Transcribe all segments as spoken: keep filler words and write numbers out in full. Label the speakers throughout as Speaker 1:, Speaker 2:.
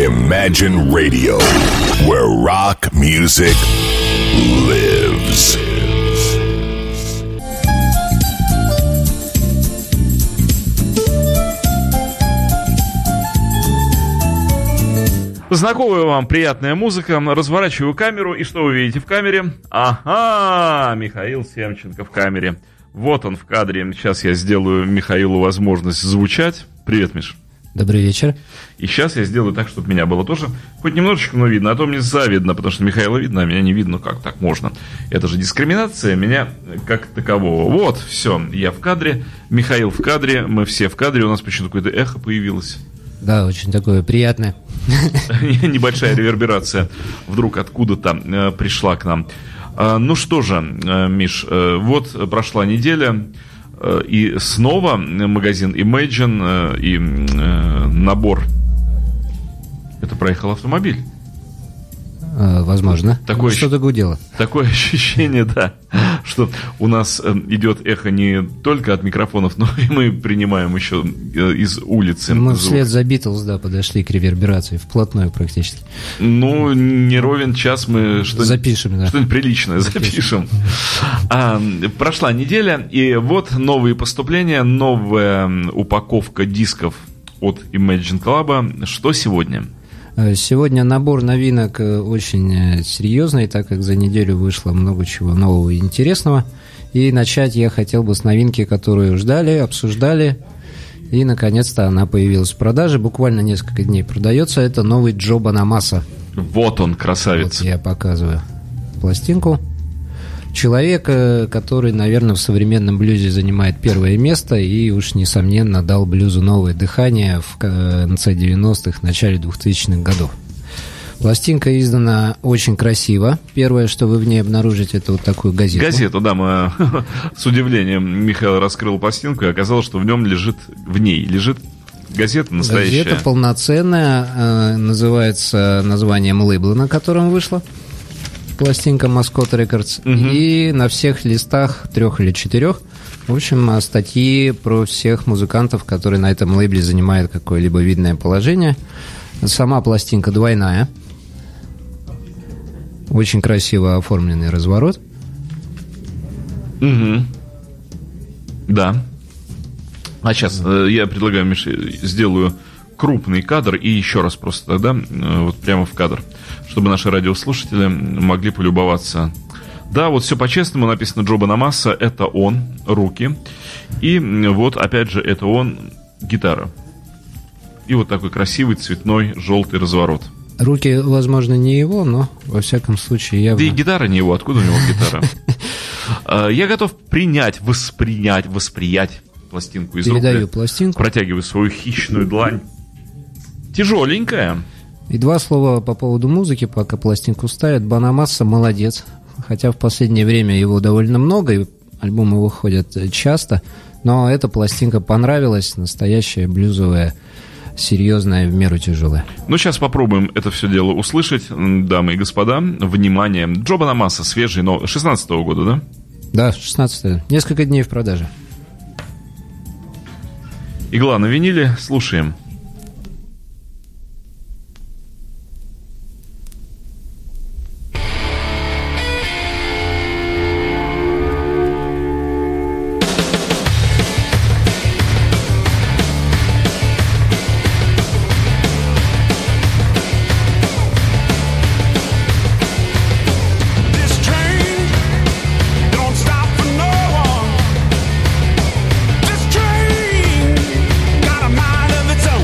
Speaker 1: Imagine Radio, where rock music lives.
Speaker 2: Знакомая вам приятная музыка. Разворачиваю камеру, и что вы видите в камере? Ага, Михаил Семченко в камере. Вот он в кадре. Сейчас я сделаю Михаилу возможность звучать. Привет, Миш.
Speaker 3: Добрый вечер.
Speaker 2: И сейчас я сделаю так, чтобы меня было тоже хоть немножечко, но видно. А то мне завидно, потому что Михаила видно, а меня не видно. Как так можно? Это же дискриминация меня как такового. Вот, все, я в кадре, Михаил в кадре, мы все в кадре. У нас почему-то какое-то эхо появилось.
Speaker 3: Да, очень такое приятное.
Speaker 2: Небольшая реверберация вдруг откуда-то пришла к нам. Ну что же, Миш, вот прошла неделя, и снова магазин Imagine и набор. Это проехал автомобиль.
Speaker 3: Возможно.
Speaker 2: Такое,
Speaker 3: что-то гудело.
Speaker 2: Такое ощущение, да, что у нас идет эхо не только от микрофонов, но и мы принимаем еще из улицы.
Speaker 3: Мы
Speaker 2: звук.
Speaker 3: вслед за Битлз, да, подошли к реверберации, вплотную практически.
Speaker 2: Ну, не ровен час мы что-нибудь,
Speaker 3: запишем, да.
Speaker 2: что-нибудь приличное запишем. А, прошла неделя, и вот новые поступления, новая упаковка дисков от Imagine Club. Что сегодня?
Speaker 3: Сегодня набор новинок очень серьезный, так как за неделю вышло много чего нового и интересного. И начать я хотел бы с новинки, которую ждали, обсуждали. И, наконец-то, она появилась в продаже. Буквально несколько дней продается. Это новый Джо Бонамасса.
Speaker 2: Вот он, красавец.
Speaker 3: Вот я показываю пластинку. Человек, который, наверное, в современном блюзе занимает первое место и уж, несомненно, дал блюзу новое дыхание в конце девяностых, начале двухтысячных годов. Пластинка издана очень красиво. Первое, что вы в ней обнаружите, это вот такую газету.
Speaker 2: Газету, да, мы с удивлением Михаил раскрыл пластинку, и оказалось, что в нем лежит, в ней лежит газета настоящая.
Speaker 3: Газета полноценная, называется названием лейбла, на котором вышла. Пластинка Mascot Records. Угу. И на всех листах, трех или четырех, в общем, статьи про всех музыкантов, которые на этом лейбле занимают какое-либо видное положение. Сама пластинка двойная. Очень красиво оформленный разворот.
Speaker 2: Угу. Да. А сейчас э, я предлагаю, Миша, сделаю крупный кадр и еще раз просто тогда, э, вот прямо в кадр, чтобы наши радиослушатели могли полюбоваться. Да, вот все по-честному написано Джо Бонамасса, это он, руки. И вот, опять же, это он, гитара. И вот такой красивый цветной желтый разворот.
Speaker 3: Руки, возможно, не его, но, во всяком случае, явно...
Speaker 2: Да и гитара не его, откуда у него гитара? Я готов принять, воспринять, восприять пластинку из рук.
Speaker 3: Передаю пластинку.
Speaker 2: Протягиваю свою хищную длань. Тяжеленькая.
Speaker 3: И два слова по поводу музыки, пока пластинку ставят. Бонамасса молодец. Хотя в последнее время его довольно много, и альбомы выходят часто. Но эта пластинка понравилась. Настоящая блюзовая, серьезная, в меру тяжелая.
Speaker 2: Ну, сейчас попробуем это все дело услышать, дамы и господа. Внимание. Джо Бонамасса, свежий, но шестнадцатого года, да?
Speaker 3: Да, шестнадцатого. Несколько дней в продаже.
Speaker 2: Игла на виниле. Слушаем.
Speaker 4: Got a mind of its own.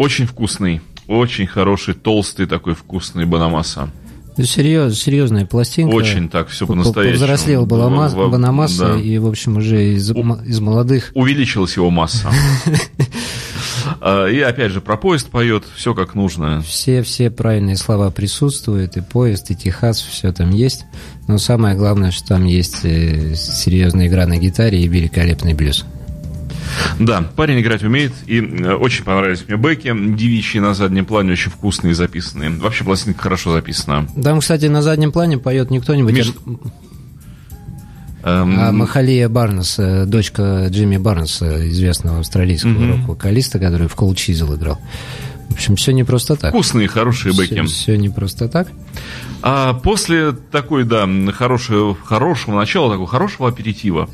Speaker 2: Очень вкусный, очень хороший, толстый такой вкусный Банамаса.
Speaker 3: Серьез, серьезная пластинка.
Speaker 2: Очень так, все по-настоящему.
Speaker 3: Повзрослел Банамаса, и, в общем, уже из, из молодых...
Speaker 2: Увеличилась его масса. И опять же, про поезд поет, все как нужно.
Speaker 3: Все, все правильные слова присутствуют, и поезд, и Техас, все там есть. Но самое главное, что там есть серьезная игра на гитаре и великолепный блюз.
Speaker 2: Да, парень играть умеет, и очень понравились мне бэки, девичьи на заднем плане, очень вкусные записанные. Вообще пластинка хорошо записана.
Speaker 3: Там, кстати, на заднем плане поет не кто-нибудь, Миш... а... а Махалия Барнес, дочка Джимми Барнеса, известного австралийского mm-hmm. рок-вокалиста, который в Cold Chisel играл. В общем, все не просто так.
Speaker 2: Вкусные, хорошие бэки.
Speaker 3: Все, все не просто так.
Speaker 2: А после такой, да, хорошего, хорошего начала, такого хорошего аперитива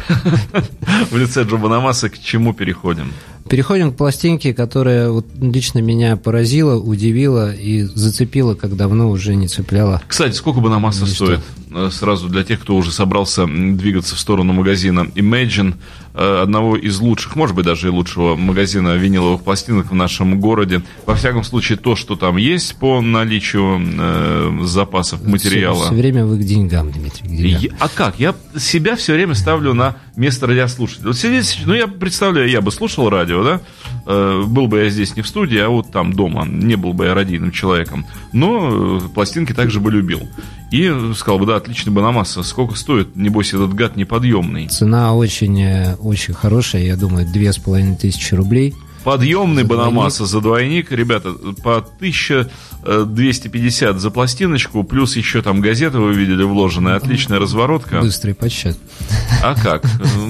Speaker 2: в лице Джо Банамаса, к чему переходим?
Speaker 3: Переходим к пластинке, которая вот лично меня поразила, удивила и зацепила, как давно уже не цепляла.
Speaker 2: Кстати, сколько Банамаса стоит? Сразу для тех, кто уже собрался двигаться в сторону магазина Imagine, одного из лучших, может быть, даже и лучшего магазина виниловых пластинок в нашем городе. Во всяком случае, то, что там есть по наличию э, запасов материала.
Speaker 3: Все, все время вы к деньгам, Дмитрий. К деньгам.
Speaker 2: Я, а как? Я себя все время ставлю на место радиослушателя. Вот здесь, ну, я представляю, я бы слушал радио, да? Э, был бы я здесь не в студии, а вот там дома. Не был бы я радийным человеком. Но пластинки также бы любил. И сказал бы, да, отличный Банамаса. Сколько стоит? Небось, этот гад неподъемный.
Speaker 3: Цена очень, очень хорошая. Я думаю, две с половиной тысячи рублей.
Speaker 2: Подъемный Банамаса за двойник, ребята, по тысяча двести пятьдесят за пластиночку, плюс еще там газеты вы видели вложенная, отличная разворотка.
Speaker 3: Быстрый подсчет.
Speaker 2: А как?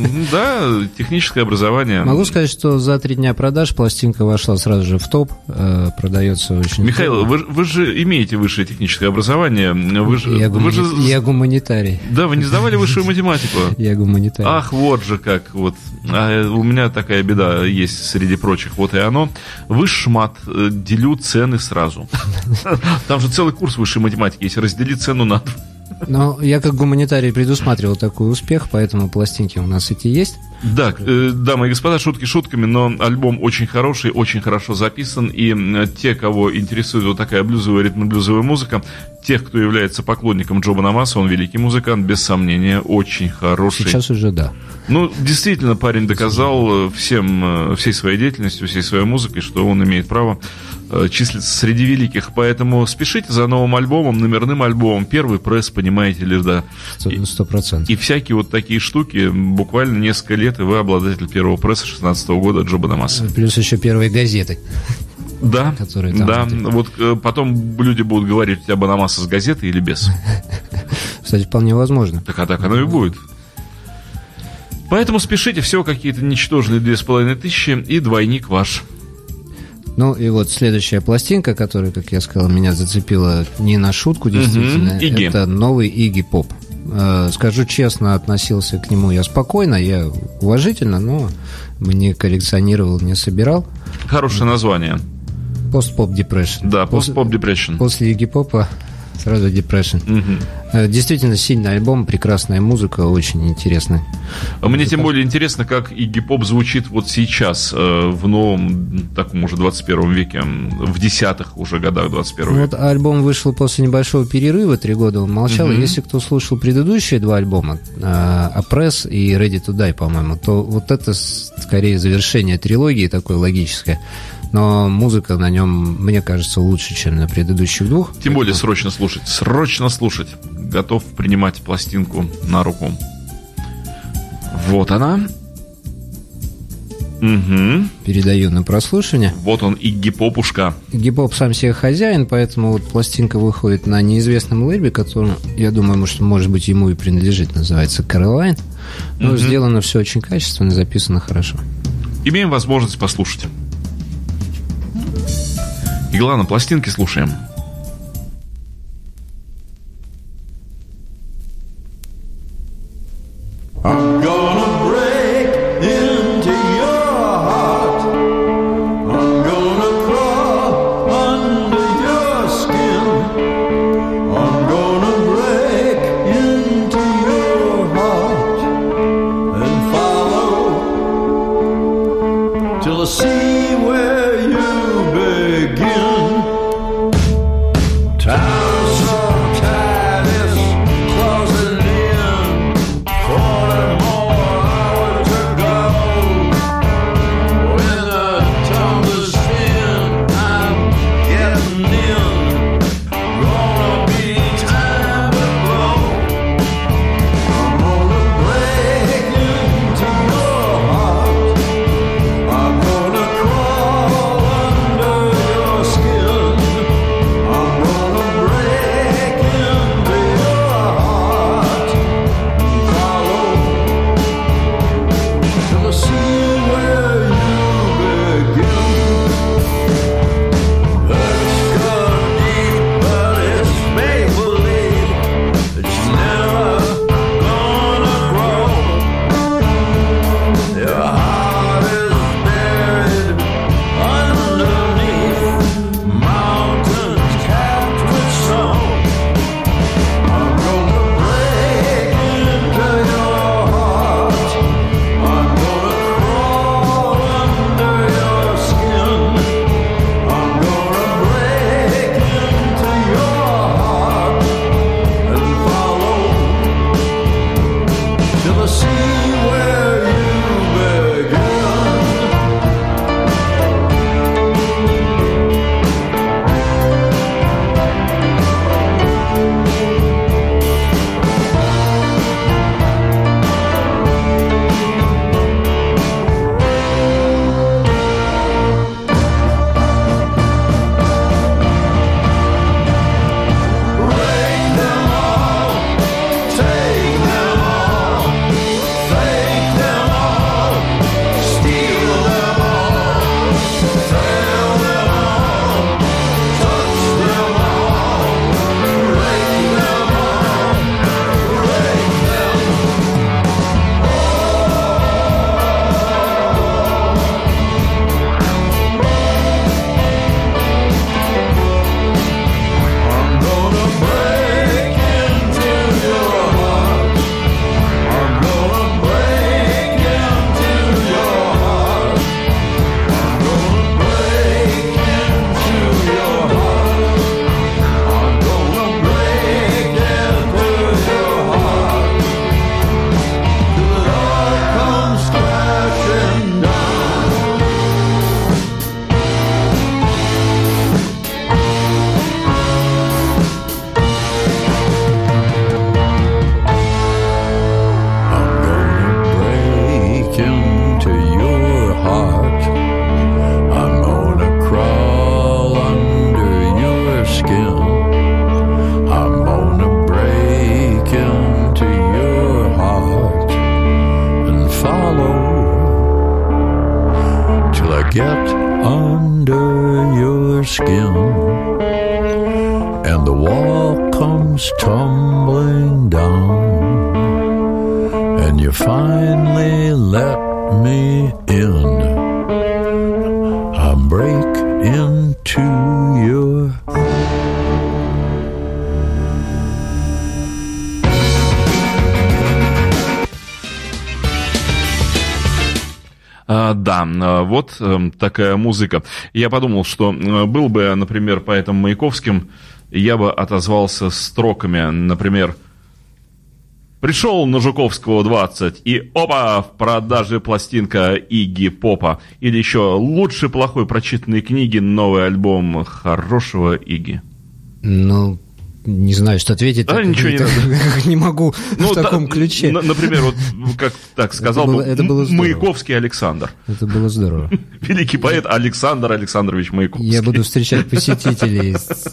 Speaker 2: Да, техническое образование.
Speaker 3: Могу сказать, что за три дня продаж пластинка вошла сразу же в топ, продается очень...
Speaker 2: Михаил, вы, вы же имеете высшее техническое образование. Вы же,
Speaker 3: я, гумани...
Speaker 2: вы же...
Speaker 3: я гуманитарий.
Speaker 2: Да, вы не сдавали высшую математику?
Speaker 3: Я гуманитарий.
Speaker 2: Ах, вот же как. Вот. А у меня такая беда есть среди прочих. Вот и оно. Высший мат, делю цены сразу. Там же целый курс высшей математики, если разделить цену на...
Speaker 3: Но я как гуманитарий предусматривал такой успех, поэтому пластинки у нас эти есть.
Speaker 2: Да, э, дамы и господа, шутки шутками, но альбом очень хороший, очень хорошо записан, и те, кого интересует вот такая блюзовая, ритмо-блюзовая музыка, тех, кто является поклонником Джо Банамаса, он великий музыкант, без сомнения, очень хороший.
Speaker 3: Сейчас уже да.
Speaker 2: Ну, действительно, парень доказал всем, всей своей деятельностью, всей своей музыкой, что он имеет право числиться среди великих. Поэтому спешите за новым альбомом, номерным альбомом. Первый пресс, понимаете ли, да.
Speaker 3: Сто процентов.
Speaker 2: И всякие вот такие штуки, буквально несколько лет, и вы обладатель первого пресса шестнадцатого года Джо Банамаса.
Speaker 3: Плюс еще первые газеты.
Speaker 2: Да,
Speaker 3: которые там
Speaker 2: да.
Speaker 3: внутри.
Speaker 2: Вот потом люди будут говорить, у тебя Банамаса с газеты или без.
Speaker 3: Кстати, вполне возможно.
Speaker 2: Так, а так оно и будет. Поэтому спешите, всего какие-то ничтожные две с половиной тысячи, и двойник ваш.
Speaker 3: Ну и вот следующая пластинка, которая, как я сказал, меня зацепила не на шутку, действительно,
Speaker 2: Игги.
Speaker 3: Это новый Игги Поп. Скажу честно, относился к нему я спокойно, я уважительно, но не коллекционировал, не собирал.
Speaker 2: Хорошее название.
Speaker 3: Пост-поп депрессион.
Speaker 2: Да, пост-поп депрессион.
Speaker 3: После Игги Попа сразу депрессион.
Speaker 2: Угу.
Speaker 3: Действительно сильный альбом, прекрасная музыка, очень интересная.
Speaker 2: Мне тем более интересно, как Игги Поп звучит вот сейчас, в новом, таком уже двадцать первом веке, в десятых уже годах двадцать первого века.
Speaker 3: Вот альбом вышел после небольшого перерыва, три года он молчал. Угу. Если кто слушал предыдущие два альбома, «Опресс» и «Ready to Die», по-моему, то вот это скорее завершение трилогии такое логическое. Но музыка на нем, мне кажется, лучше, чем на предыдущих двух.
Speaker 2: Тем Поэтому... более срочно слушать. Срочно слушать. Готов принимать пластинку на руку. Вот она. Угу.
Speaker 3: Передаю на прослушивание.
Speaker 2: Вот он, Игги Попушка.
Speaker 3: Игги Поп сам себе хозяин, поэтому вот пластинка выходит на неизвестном лейбле, который, я думаю, может, может быть, ему и принадлежит. Называется «Caroline». Но угу. сделано все очень качественно, записано хорошо.
Speaker 2: Имеем возможность послушать. И главное, пластинки слушаем.
Speaker 4: I'm gonna break into your heart. I'm gonna crawl under your skin. I'm gonna break into your heart and follow till I see where you've been. skin, and the wall comes tumbling down, and you finally let me in. I break into your
Speaker 2: А, да, вот такая музыка. Я подумал, что был бы, например, поэтом Маяковским, я бы отозвался строками, например, «Пришел на Жуковского двадцать, и опа, в продаже пластинка Игги Попа». Или еще «Лучше плохой прочитанной книги, новый альбом хорошего Игги».
Speaker 3: Ну, не знаю, что ответить.
Speaker 2: Да,
Speaker 3: так,
Speaker 2: ничего не
Speaker 3: так,
Speaker 2: надо.
Speaker 3: Не могу
Speaker 2: ну,
Speaker 3: в таком
Speaker 2: да,
Speaker 3: ключе.
Speaker 2: На, например, вот как так сказал
Speaker 3: это было, это было
Speaker 2: Маяковский Александр.
Speaker 3: Это было здорово.
Speaker 2: Великий поэт Александр Александрович Маяковский.
Speaker 3: Я буду встречать посетителей с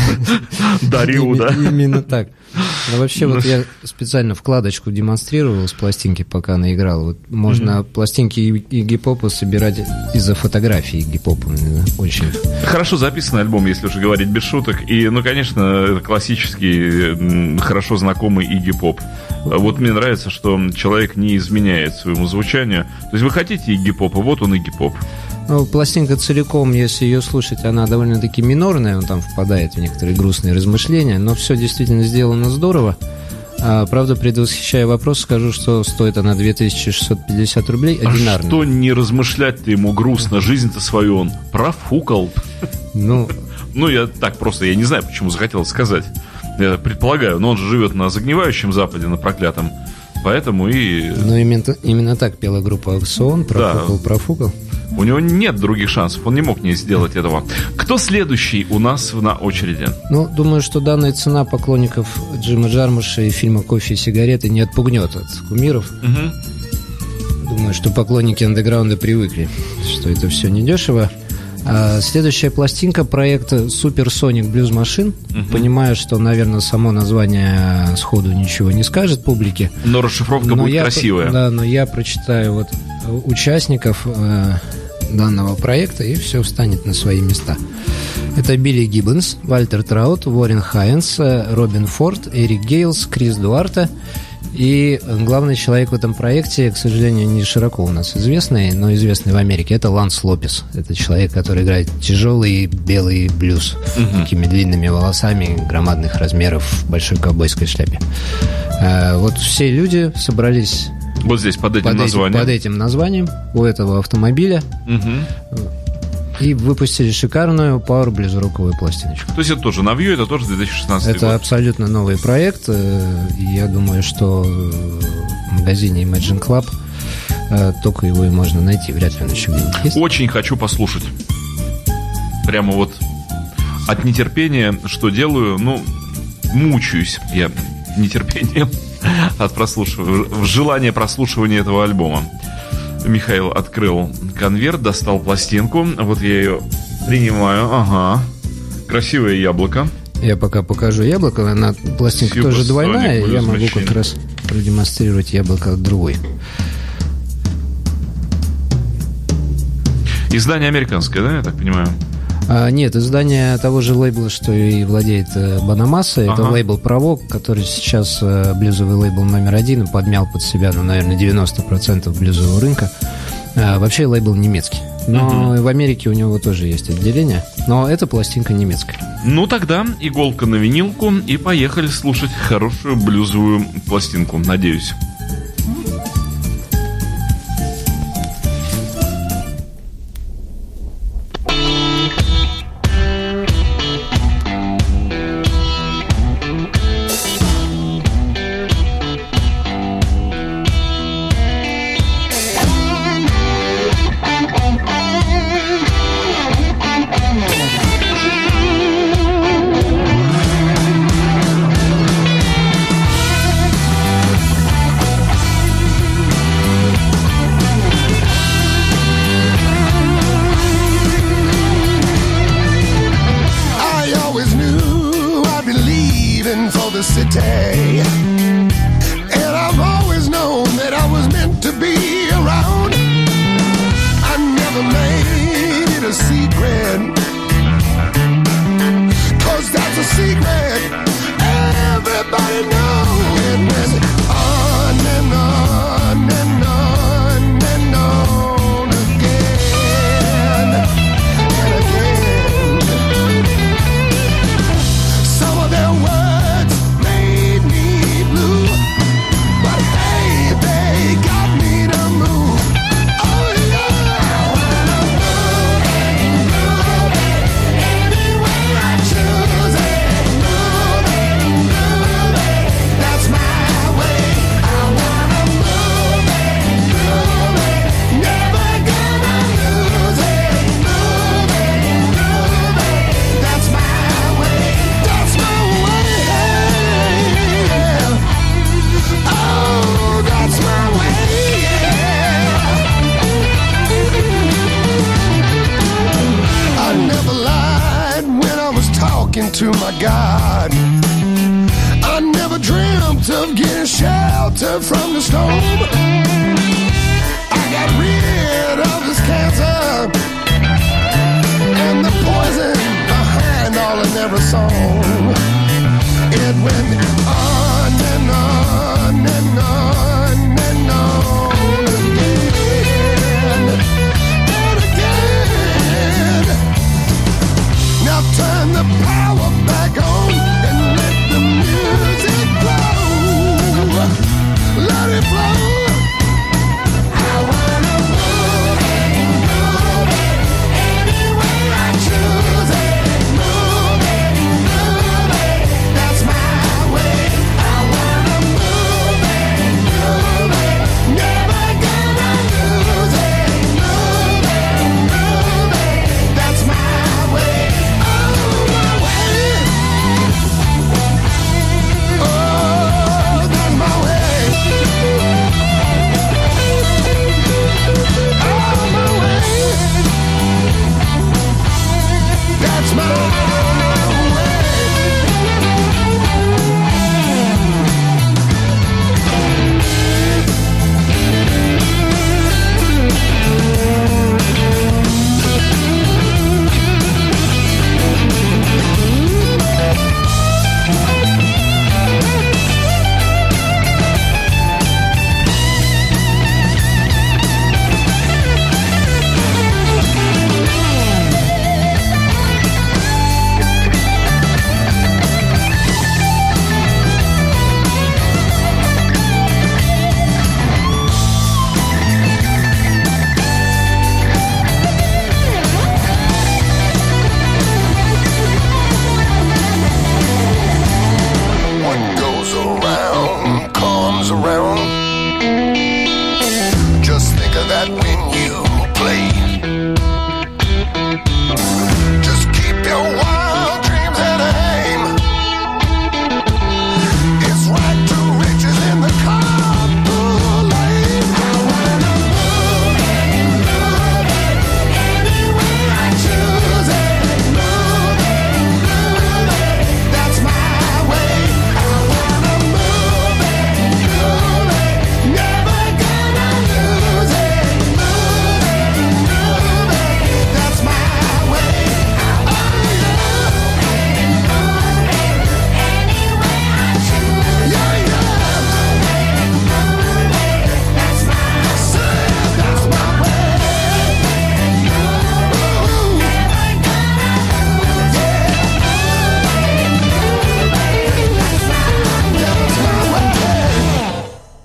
Speaker 2: Дарью, да?
Speaker 3: Именно так. Но вообще вот я специально вкладочку демонстрировал с пластинки, пока она играла. Вот можно пластинки Игги Попа собирать из-за фотографий Игги Попа. Очень
Speaker 2: хорошо записанный альбом, если уже говорить без шуток. И, ну, конечно, это классический, хорошо знакомый Игги Поп. Вот мне нравится, что человек не изменяет своему звучанию. То есть вы хотите Игги Попа, вот он Игги Поп.
Speaker 3: Ну, пластинка целиком, если ее слушать, она довольно-таки минорная, он там впадает в некоторые грустные размышления, но все действительно сделано здорово. А, правда, предвосхищая вопрос, скажу, что стоит она две тысячи шестьсот пятьдесят рублей, одинарная.
Speaker 2: А что не размышлять-то ему грустно, жизнь-то свою он профукал.
Speaker 3: Ну,
Speaker 2: ну, я так просто, я не знаю, почему захотел сказать. Я предполагаю, но он же живет на загнивающем Западе, на проклятом, поэтому и...
Speaker 3: Ну, именно, именно так пела группа «Аукцион», профукал, да. профукал.
Speaker 2: У него нет других шансов, он не мог не сделать этого. Кто следующий у нас на очереди?
Speaker 3: Ну, думаю, что данная цена поклонников Джима Джармуша и фильма «Кофе и сигареты» не отпугнет от кумиров. Угу. Думаю, что поклонники андеграунда привыкли, что это все недешево. А следующая пластинка — проект Supersonic Blues Machine. Угу. Понимаю, что, наверное, само название сходу ничего не скажет публике.
Speaker 2: Но расшифровка но будет
Speaker 3: я,
Speaker 2: красивая.
Speaker 3: Да, но я прочитаю вот участников э, данного проекта, и все встанет на свои места. Это Билли Гиббонс, Вальтер Траут, Уоррен Хайнс, Робин Форд, Эрик Гейлс, Крис Дуарте. И главный человек в этом проекте, к сожалению, не широко у нас известный, но известный в Америке, это Ланс Лопес. Это человек, который играет тяжелый белый блюз, угу. такими длинными волосами, громадных размеров, в большой ковбойской шляпе. А, вот все люди собрались
Speaker 2: вот здесь под этим
Speaker 3: под
Speaker 2: названием.
Speaker 3: Этим, под этим названием у этого автомобиля. Угу. И выпустили шикарную пауэр-блюз-роковую пластиночку.
Speaker 2: То есть это тоже новье, это тоже две тысячи шестнадцатый
Speaker 3: это
Speaker 2: год? Это
Speaker 3: абсолютно новый проект. И я думаю, что в магазине Imagine Club только его и можно найти. Вряд ли он еще где-нибудь есть.
Speaker 2: Очень хочу послушать. Прямо вот от нетерпения, что делаю, ну, мучаюсь я нетерпением от прослушивания, желания прослушивания этого альбома. Михаил открыл конверт, достал пластинку. Вот я ее принимаю. Ага. Красивое яблоко.
Speaker 3: Я пока покажу яблоко. Она, пластинка Super тоже двойная. Я могу как раз продемонстрировать яблоко другой.
Speaker 2: Издание американское, да, я так понимаю?
Speaker 3: А, нет, издание того же лейбла, что и владеет Банамасса. Это
Speaker 2: ага.
Speaker 3: лейбл «Провок», который сейчас блюзовый лейбл номер один, подмял под себя, ну, наверное, девяносто процентов блюзового рынка. А, вообще лейбл немецкий. Но угу. в Америке у него тоже есть отделение. Но эта пластинка немецкая.
Speaker 2: Ну тогда иголка на винилку, и поехали слушать хорошую блюзовую пластинку, надеюсь.
Speaker 5: that's a secret everybody knows. It went on and on and on and on again and again. Some of their words made me blue, but hey, they got me to move. Oh yeah, I wanna move it, move it, any way I choose it. Move it, move it, that's my way. I wanna move it, move it, never gonna lose it. Move it, move it, that's my way. That's my way. Oh, that's my way. I never lied when I was talking to my God. I never dreamt of getting shelter from the storm. I got rid of this cancer and the poison behind all and every song. It went on and on and on and on again and again. Now turn the power back on and let the music flow. Let it flow. I wanna move it, move it, any way I choose it. Move it, move it, that's my way. I wanna move it, move it, never gonna lose it. Move it, move it, that's my way. Oh, my way. Oh, that's my way. Oh, my way. That's my way. What goes around comes around. Just think of that when you play. Just keep your wild dreams at aim. It's right to riches in the carpool lane. I wanna move it, move it, any way I choose it. Move it, move it, that's my way. I wanna move it, move it, never gonna lose it. Move it, move it, that's my way. Oh yeah, move it, any way I choose. Yeah, yeah, move it, that's my say, that's my way. Ooh, never gonna lose it. Move it, that's my way.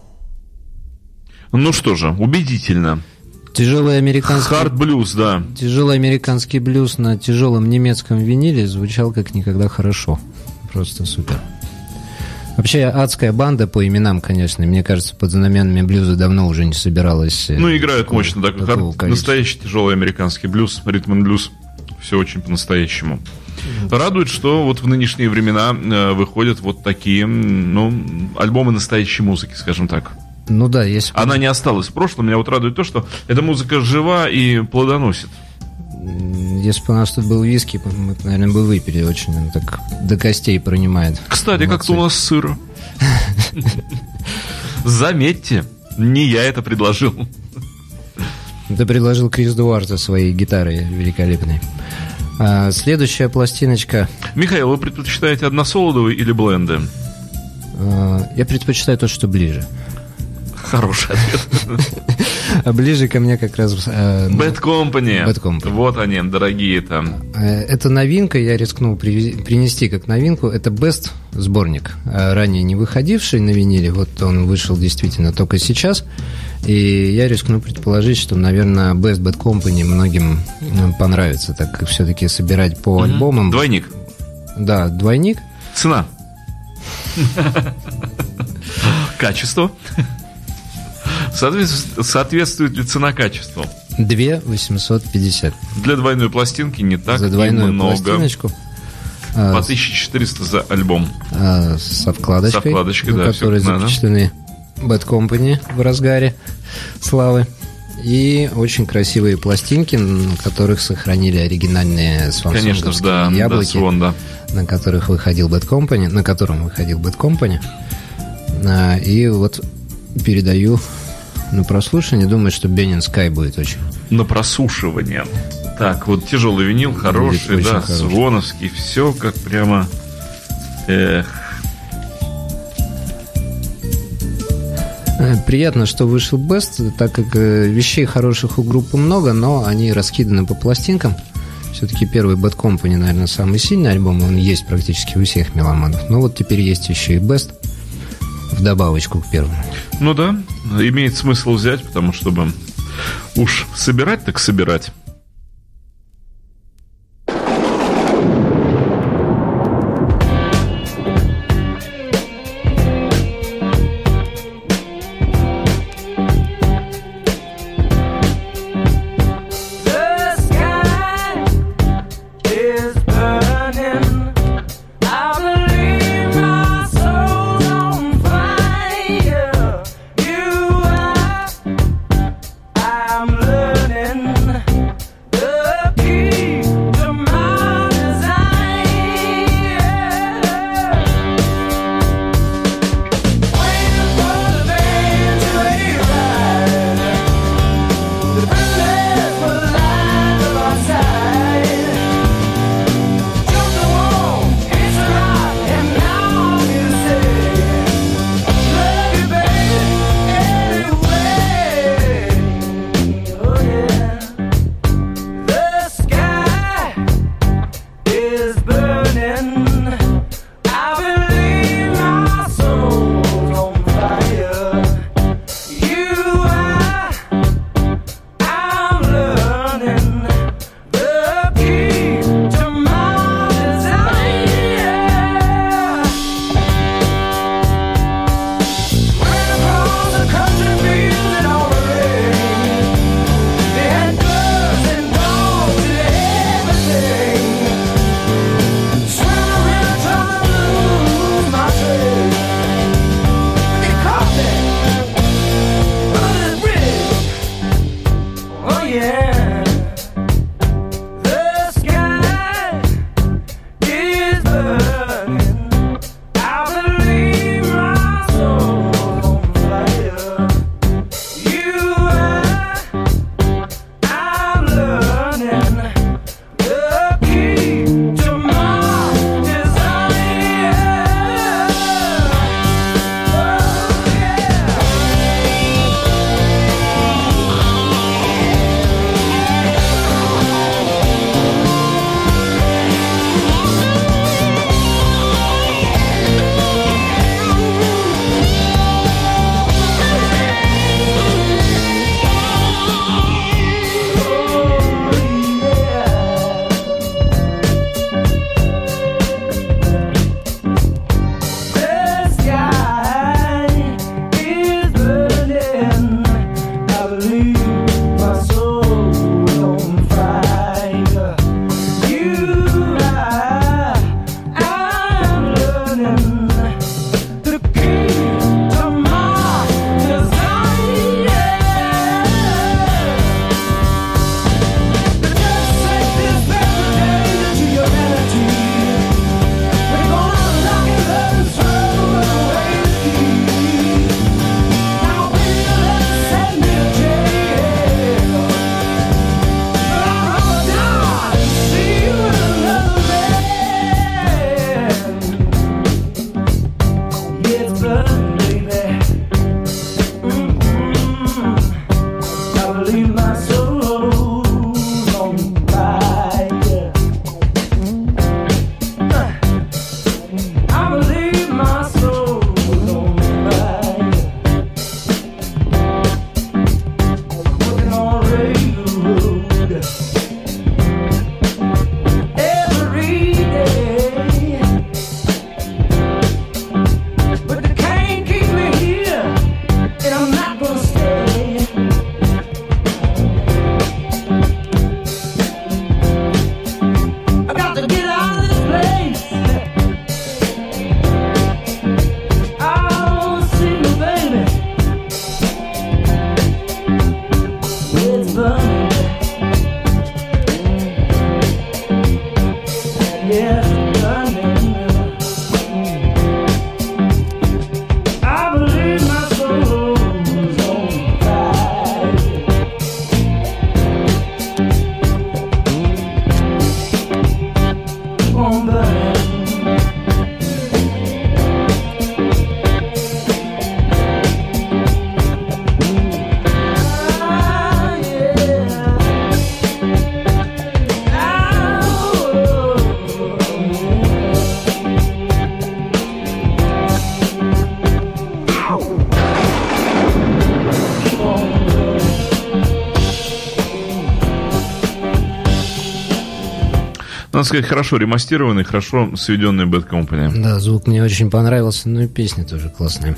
Speaker 2: Ну что же, убедительно.
Speaker 3: Тяжелый американский...
Speaker 2: Хард-блюз, да.
Speaker 3: Тяжелый американский блюз на тяжелом немецком виниле звучал как никогда хорошо. Просто супер. Вообще, адская банда по именам, конечно. Мне кажется, под знаменами блюза давно уже не собиралась.
Speaker 2: Ну, играют такого, мощно. Так,
Speaker 3: такого
Speaker 2: хард, настоящий тяжелый американский блюз, ритм-н-блюз. Все очень по-настоящему. Радует, что вот в нынешние времена э, выходят вот такие, ну, альбомы настоящей музыки, скажем так.
Speaker 3: Ну да, есть...
Speaker 2: Она не осталась в прошлом. Меня вот радует то, что эта музыка жива и плодоносит.
Speaker 3: Если бы у нас тут был виски, мы, наверное, бы выпили. Очень он так до костей пронимает.
Speaker 2: Кстати, как-то у нас сыро. Заметьте, не я это предложил.
Speaker 3: Ты предложил Крис Дуарте своей гитарой великолепной. А, следующая пластиночка.
Speaker 2: Михаил, вы предпочитаете односолодовые или бленды?
Speaker 3: А, я предпочитаю то, что ближе.
Speaker 2: Хороший ответ.
Speaker 3: А ближе ко мне как раз... Э,
Speaker 2: Bad Company.
Speaker 3: Bad Company.
Speaker 2: Вот они, дорогие там.
Speaker 3: Это новинка, я рискнул привез- принести как новинку. Это Best сборник, ранее не выходивший на виниле. Вот он вышел действительно только сейчас. И я рискну предположить, что, наверное, Best Bad Company многим понравится, так как все-таки собирать по mm-hmm. альбомам...
Speaker 2: Двойник.
Speaker 3: Да, двойник.
Speaker 2: Цена. Качество. Соответствует ли цена качеству?
Speaker 3: две тысячи восемьсот пятьдесят.
Speaker 2: Для двойной пластинки не так
Speaker 3: за двойную
Speaker 2: много.
Speaker 3: Пластиночку.
Speaker 2: По тысяча четыреста за альбом.
Speaker 3: Со вкладочкой.
Speaker 2: Со вкладочкой, да.
Speaker 3: На которой запечатлены Bad Company в разгаре славы. И очень красивые пластинки, на которых сохранили оригинальные самсунговские
Speaker 2: да,
Speaker 3: яблоки,
Speaker 2: да, Свон, да.
Speaker 3: на которых выходил Bad Company, на котором выходил Bad Company. И вот передаю на прослушивание. Думаю, что Benin Sky будет очень.
Speaker 2: На просушивание. Так, вот тяжелый винил, хороший, да,
Speaker 3: хороший.
Speaker 2: Своновский, все как прямо. Эх.
Speaker 3: Приятно, что вышел Best, так как вещей хороших у группы много, но они раскиданы по пластинкам. Все-таки первый Bad Company, наверное, самый сильный альбом, он есть практически у всех меломанов. Но вот теперь есть еще и Best в добавочку к первому.
Speaker 2: Ну да, имеет смысл взять, потому что чтобы уж собирать, так собирать.
Speaker 6: I'm learning
Speaker 2: Надо сказать, хорошо ремастированный, хорошо сведенный Bad Company.
Speaker 3: Да, звук мне очень понравился, ну и песня тоже классная.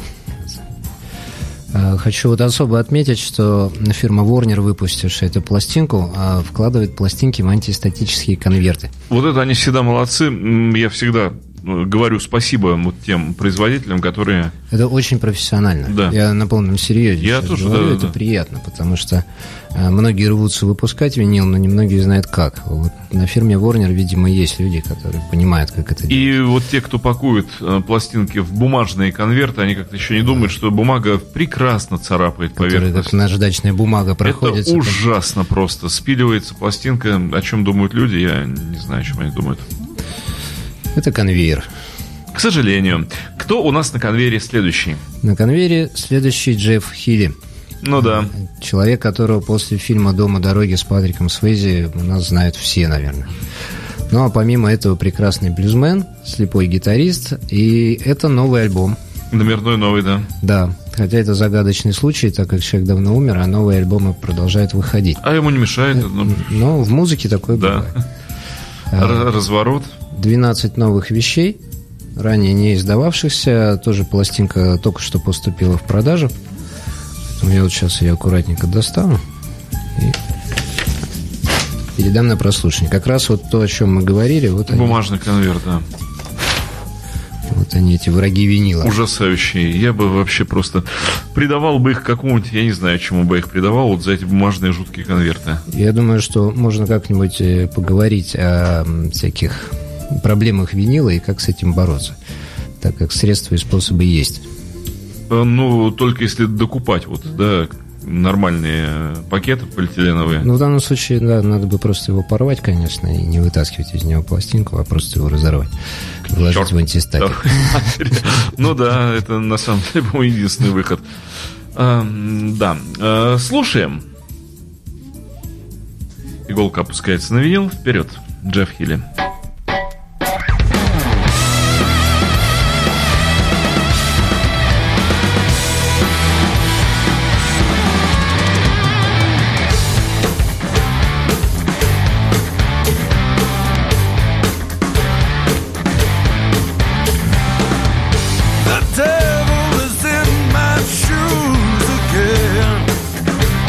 Speaker 3: Хочу вот особо отметить, что фирма Warner, выпустившая эту пластинку, вкладывает пластинки в антистатические конверты.
Speaker 2: Вот это они всегда молодцы. Я всегда говорю спасибо вот тем производителям, которые...
Speaker 3: Это очень профессионально. Да. Я на полном серьезе
Speaker 2: Я тоже,
Speaker 3: говорю,
Speaker 2: да,
Speaker 3: это
Speaker 2: да.
Speaker 3: приятно, потому что многие рвутся выпускать винил, но немногие знают как. Вот на фирме Warner, видимо, есть люди, которые понимают, как это делать.
Speaker 2: И вот те, кто пакует пластинки в бумажные конверты, они как-то еще не думают, что бумага прекрасно царапает поверхность.
Speaker 3: Которая как наждачная бумага проходит.
Speaker 2: Это ужасно просто. Спиливается пластинка. О чем думают люди, я не знаю, о чем они думают.
Speaker 3: Это конвейер.
Speaker 2: К сожалению. Кто у нас на конвейере следующий?
Speaker 3: На конвейере следующий Джефф Хилли.
Speaker 2: Ну да.
Speaker 3: Человек, которого после фильма «Дом у дороги» с Патриком Суэйзи у нас знают все, наверное. Ну, а помимо этого прекрасный блюзмен, слепой гитарист, и это новый альбом.
Speaker 2: Номерной новый, да.
Speaker 3: Да, хотя это загадочный случай, так как человек давно умер, а новые альбомы продолжают выходить.
Speaker 2: А ему не мешает.
Speaker 3: Но, но в музыке такое
Speaker 2: да.
Speaker 3: бывает.
Speaker 2: Разворот.
Speaker 3: двенадцать новых вещей, ранее не издававшихся. Тоже пластинка только что поступила в продажу. Поэтому я вот сейчас ее аккуратненько достану и передам на прослушивание. Как раз вот то, о чем мы говорили. Вот
Speaker 2: бумажный
Speaker 3: они.
Speaker 2: Конверт, да.
Speaker 3: Вот они, эти враги винила.
Speaker 2: Ужасающие. Я бы вообще просто придавал бы их какому-нибудь, я не знаю, чему бы их придавал, вот за эти бумажные жуткие конверты.
Speaker 3: Я думаю, что можно как-нибудь поговорить о всяких проблемах винила и как с этим бороться, так как средства и способы есть.
Speaker 2: Ну, только если докупать вот, да, нормальные пакеты полиэтиленовые.
Speaker 3: Ну, в данном случае, да, надо бы просто его порвать, конечно, и не вытаскивать из него пластинку, а просто его разорвать, вложить Черт. в антистатик.
Speaker 2: Ну да, это на самом деле был единственный выход. Да, слушаем. Иголка опускается на винил. Вперед, Джефф Хилли.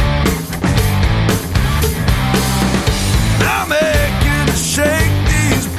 Speaker 6: Shake these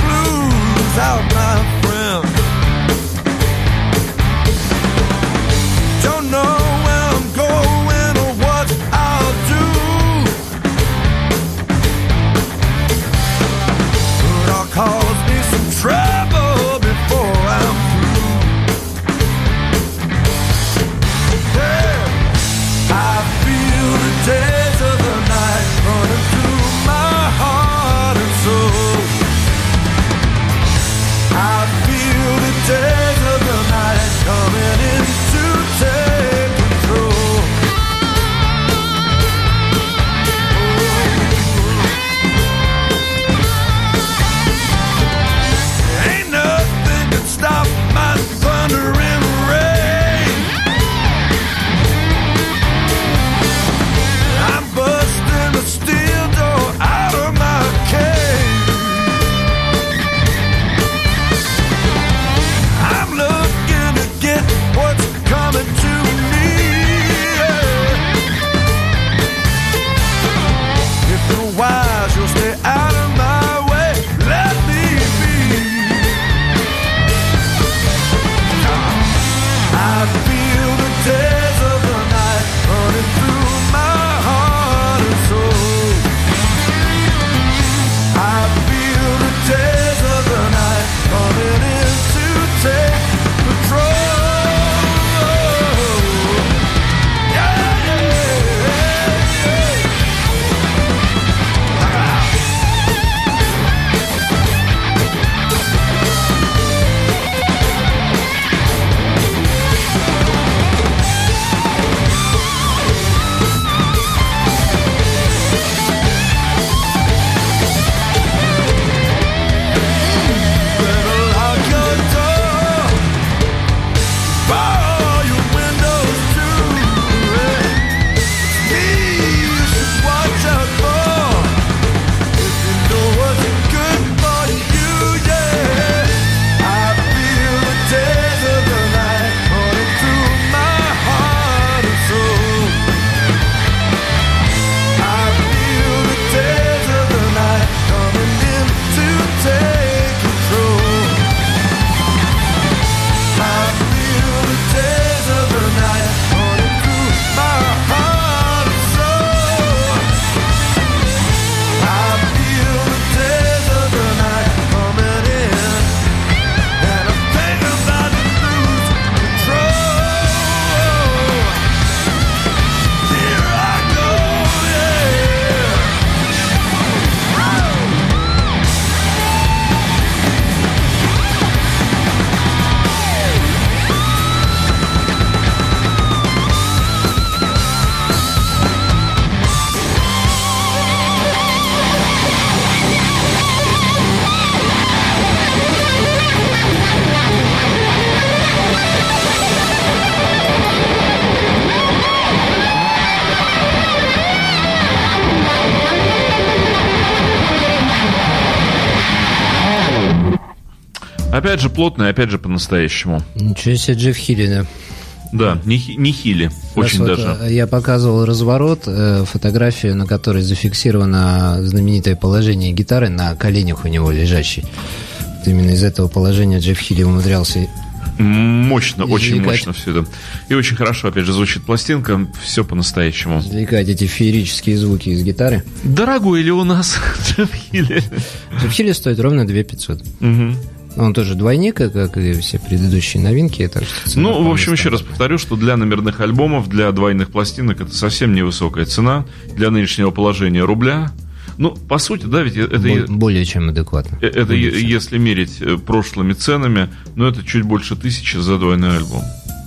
Speaker 2: Опять же плотно и опять же по-настоящему.
Speaker 3: Ничего себе, Джефф Хилли, да.
Speaker 2: Да, не, хи- не хили, очень
Speaker 3: вот
Speaker 2: даже.
Speaker 3: Я показывал разворот, э, фотографию, на которой зафиксировано знаменитое положение гитары на коленях у него лежащей. Вот именно из этого положения Джефф Хилли умудрялся.
Speaker 2: Мощно,
Speaker 3: Извлекать.
Speaker 2: очень мощно все это. И очень хорошо, опять же, звучит пластинка, все по-настоящему.
Speaker 3: Извлекать эти феерические звуки из гитары.
Speaker 2: Дорогой ли у нас Джефф Хилли?
Speaker 3: Джефф Хилли стоит ровно две тысячи пятьсот.
Speaker 2: Угу.
Speaker 3: Он тоже двойник, как и все предыдущие новинки. Так что цена
Speaker 2: Ну, в
Speaker 3: вполне
Speaker 2: общем, еще раз
Speaker 3: стандартная.
Speaker 2: повторю, что для номерных альбомов, для двойных пластинок это совсем невысокая цена. Для нынешнего положения рубля. Ну, по сути, да, ведь это...
Speaker 3: Бо- Более чем адекватно.
Speaker 2: э- Это
Speaker 3: Более
Speaker 2: е-
Speaker 3: чем.
Speaker 2: если мерить э, прошлыми ценами, ну, это чуть больше тысячи за двойной альбом.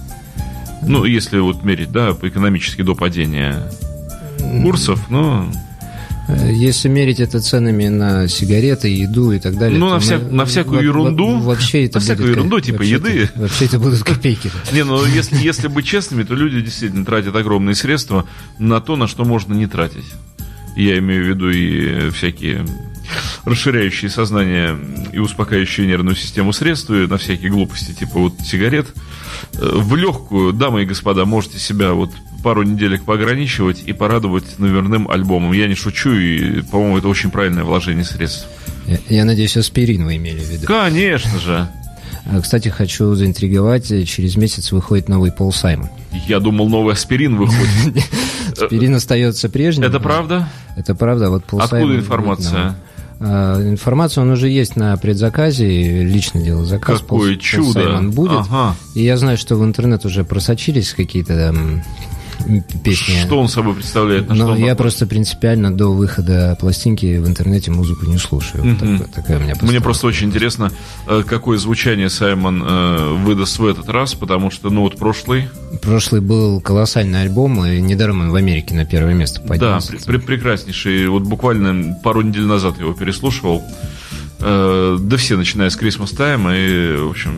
Speaker 2: Ну, если вот мерить, да, по- экономически до падения курсов, ну...
Speaker 3: Э, Если мерить это ценами на сигареты, еду и так далее.
Speaker 2: Ну,
Speaker 3: то
Speaker 2: на,
Speaker 3: мы-
Speaker 2: вся- на всякую
Speaker 3: во-
Speaker 2: ерунду.
Speaker 3: во- Вообще это
Speaker 2: на всякую
Speaker 3: будет ко-
Speaker 2: ерунду, типа
Speaker 3: вообще
Speaker 2: еды.
Speaker 3: это- Вообще это будут копейки.
Speaker 2: Не, ну если, если быть честными, то люди действительно тратят огромные средства на то, на что можно не тратить. Я имею в виду и всякие расширяющие сознание и успокаивающие нервную систему средства, и на всякие глупости, типа вот сигарет. В легкую, дамы и господа, можете себя вот пару неделек поограничивать и порадовать номерным альбомом. Я не шучу, и, по-моему, это очень правильное вложение средств.
Speaker 3: Я, я надеюсь, аспирин вы имели в виду.
Speaker 2: Конечно же.
Speaker 3: А, Кстати, хочу заинтриговать. Через месяц выходит новый Пол Саймон.
Speaker 2: Я думал, новый аспирин выходит.
Speaker 3: Аспирин остается прежним.
Speaker 2: Это правда?
Speaker 3: Это правда. Вот Пол
Speaker 2: Откуда
Speaker 3: Саймон
Speaker 2: информация?
Speaker 3: будет новый. А, Информация, он уже есть на предзаказе. Лично делал заказ.
Speaker 2: Какое
Speaker 3: Пол- Пол
Speaker 2: чудо.
Speaker 3: Саймон будет.
Speaker 2: Ага.
Speaker 3: И я знаю, что в интернет уже просочились какие-то там песни.
Speaker 2: Что он собой представляет? На что
Speaker 3: Но
Speaker 2: он
Speaker 3: я
Speaker 2: похож?
Speaker 3: просто принципиально до выхода пластинки в интернете музыку не слушаю. Вот
Speaker 2: Мгм.
Speaker 3: такая, такая у меня
Speaker 2: Мне
Speaker 3: постановка.
Speaker 2: просто очень интересно, э, какое звучание Саймон э, выдаст в этот раз, потому что, ну вот прошлый,
Speaker 3: Прошлый был колоссальный альбом, и недаром он в Америке на первое место
Speaker 2: да,
Speaker 3: поднялся.
Speaker 2: пр- пр- прекраснейший. Вот буквально пару недель назад его переслушивал. Э, да все, начиная с Christmas Time, и, в общем,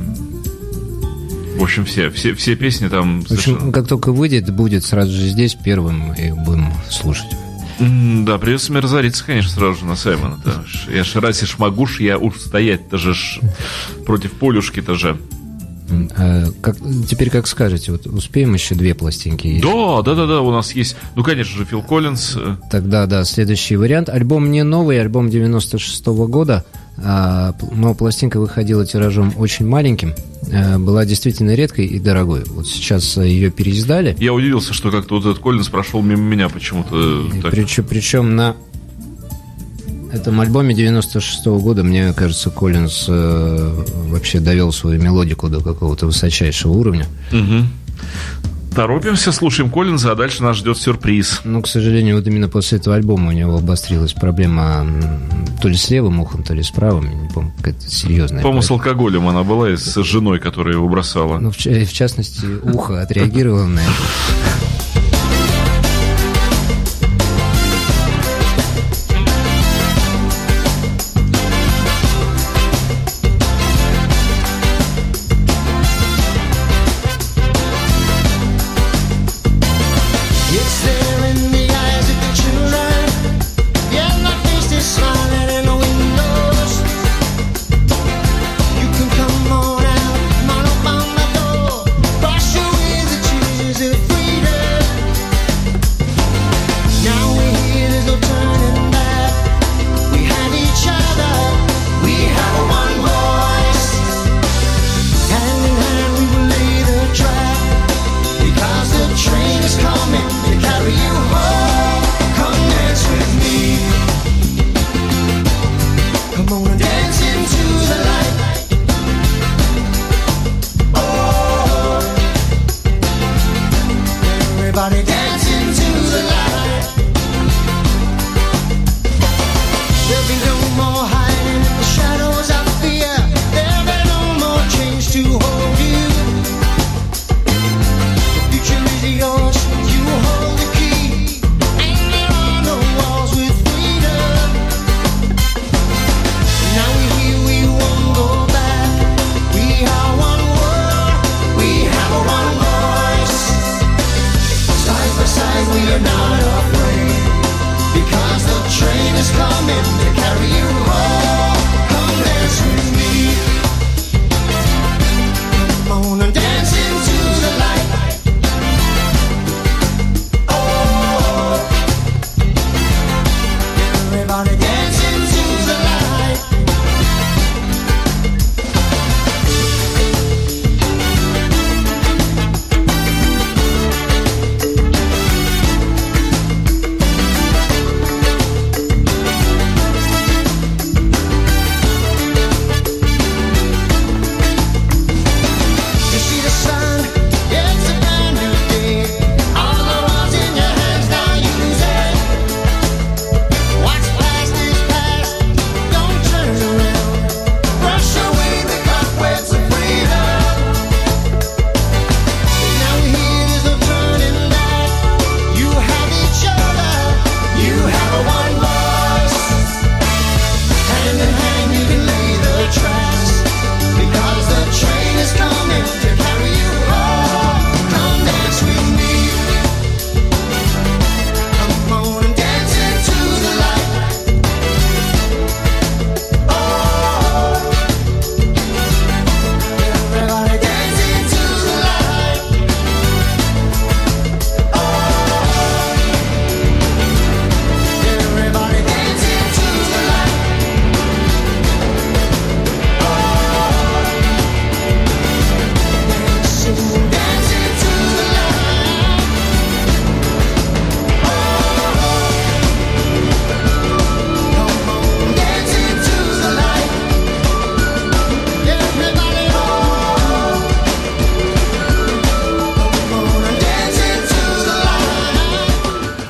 Speaker 2: в общем, все, все, все песни там
Speaker 3: В общем,
Speaker 2: совершенно-
Speaker 3: как только выйдет, будет сразу же здесь первым, и будем слушать.
Speaker 2: М, Да, придется мне разориться, конечно, сразу же на Саймона. Я ж раз и ж могу ж, я уж стоять-то же ж против Полюшки-то же.
Speaker 3: А как, теперь как скажете, вот успеем еще две пластинки? есть?
Speaker 2: Да, да, да, да, у нас есть, ну, конечно же, Фил Коллинз. э,
Speaker 3: Тогда, да, следующий вариант. Альбом не новый, альбом девяносто шестого года, а, п- но пластинка выходила тиражом очень маленьким, а, была действительно редкой и дорогой. Вот сейчас а, ее переиздали,
Speaker 2: Я удивился, что как-то вот этот Коллинз прошел мимо меня почему-то.
Speaker 3: и
Speaker 2: так.
Speaker 3: причем, причем на этом альбоме девяносто шестого года, мне кажется, Коллинз э, вообще довел свою мелодику до какого-то высочайшего уровня.
Speaker 2: Мгм. Торопимся, слушаем Коллинза, а дальше нас ждет сюрприз.
Speaker 3: Но, к сожалению, вот именно после этого альбома у него обострилась проблема м, то ли с левым ухом, то ли с правым, я не помню, какая-то серьезная.
Speaker 2: По-моему, с алкоголем она была и с женой, которая его бросала.
Speaker 3: Ну, в, ча- в частности, ухо отреагировало на это.
Speaker 6: It's there in the eyes of the children. Yeah, my face is smiling in the windows. You can come on out, knock on my door, wash away the tears of freedom.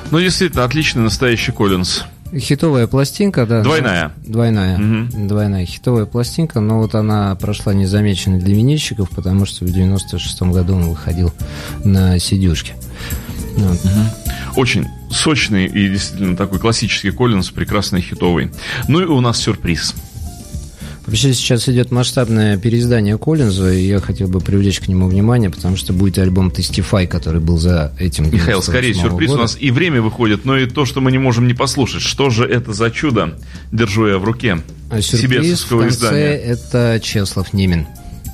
Speaker 2: Ну, действительно, отличный настоящий Коллинз.
Speaker 3: Хитовая пластинка, да.
Speaker 2: Двойная.
Speaker 3: Двойная.
Speaker 2: Угу.
Speaker 3: Двойная хитовая пластинка, но вот она прошла незамеченной для винильщиков, потому что в девяносто шестом году он выходил на сидюшке. Вот.
Speaker 2: Угу. Очень сочный и действительно такой классический Коллинз, прекрасный хитовый. Ну и у нас сюрприз.
Speaker 3: Вообще сейчас идет масштабное переиздание Коллинза, и я хотел бы привлечь к нему внимание, потому что будет альбом Testify, который был за этим.
Speaker 2: Михаил, скорее сюрприз.
Speaker 3: года.
Speaker 2: У нас и время выходит, но и то, что мы не можем не послушать. Что же это за чудо? Держу я в руке.
Speaker 3: А сюрприз в конце
Speaker 2: издания.
Speaker 3: Это Чеслав Немин.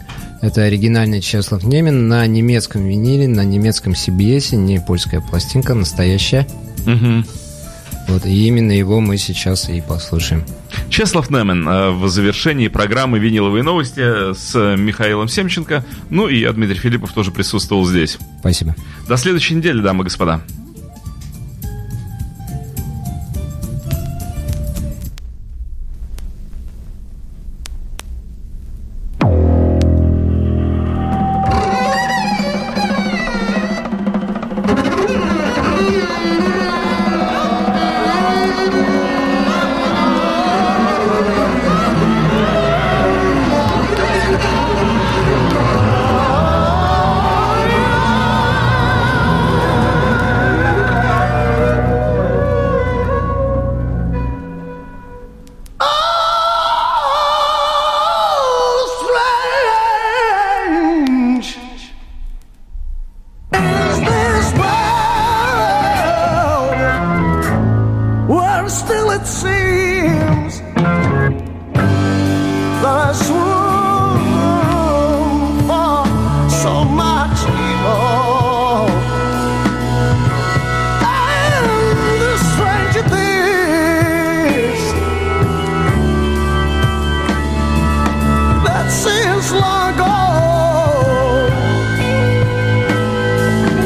Speaker 3: Это оригинальный Чеслав Немин на немецком виниле, на немецком си би эс, не польская пластинка, настоящая.
Speaker 2: Угу.
Speaker 3: Вот, и именно его мы сейчас и послушаем.
Speaker 2: Чеслав Немин в завершении программы «Виниловые новости» с Михаилом Семченко. Ну и я, Дмитрий Филиппов, тоже присутствовал здесь.
Speaker 3: Спасибо.
Speaker 2: До следующей недели, дамы и господа.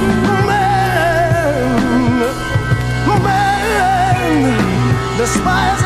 Speaker 5: Despite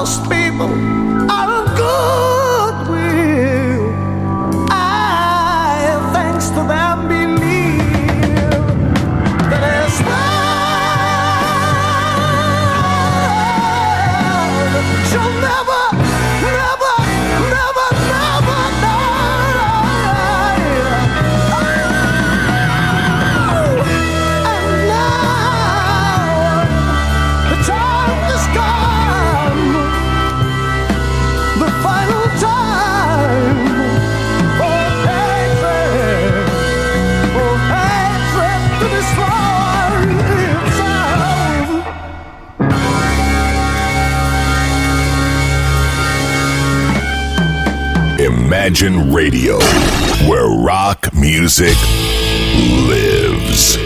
Speaker 5: most people are of goodwill. I, thanks to them, believe that this world shall never, never, never, never die. And now the time has come, the final time for hatred, for hatred to destroy itself.
Speaker 1: Imagine Radio, where rock music lives.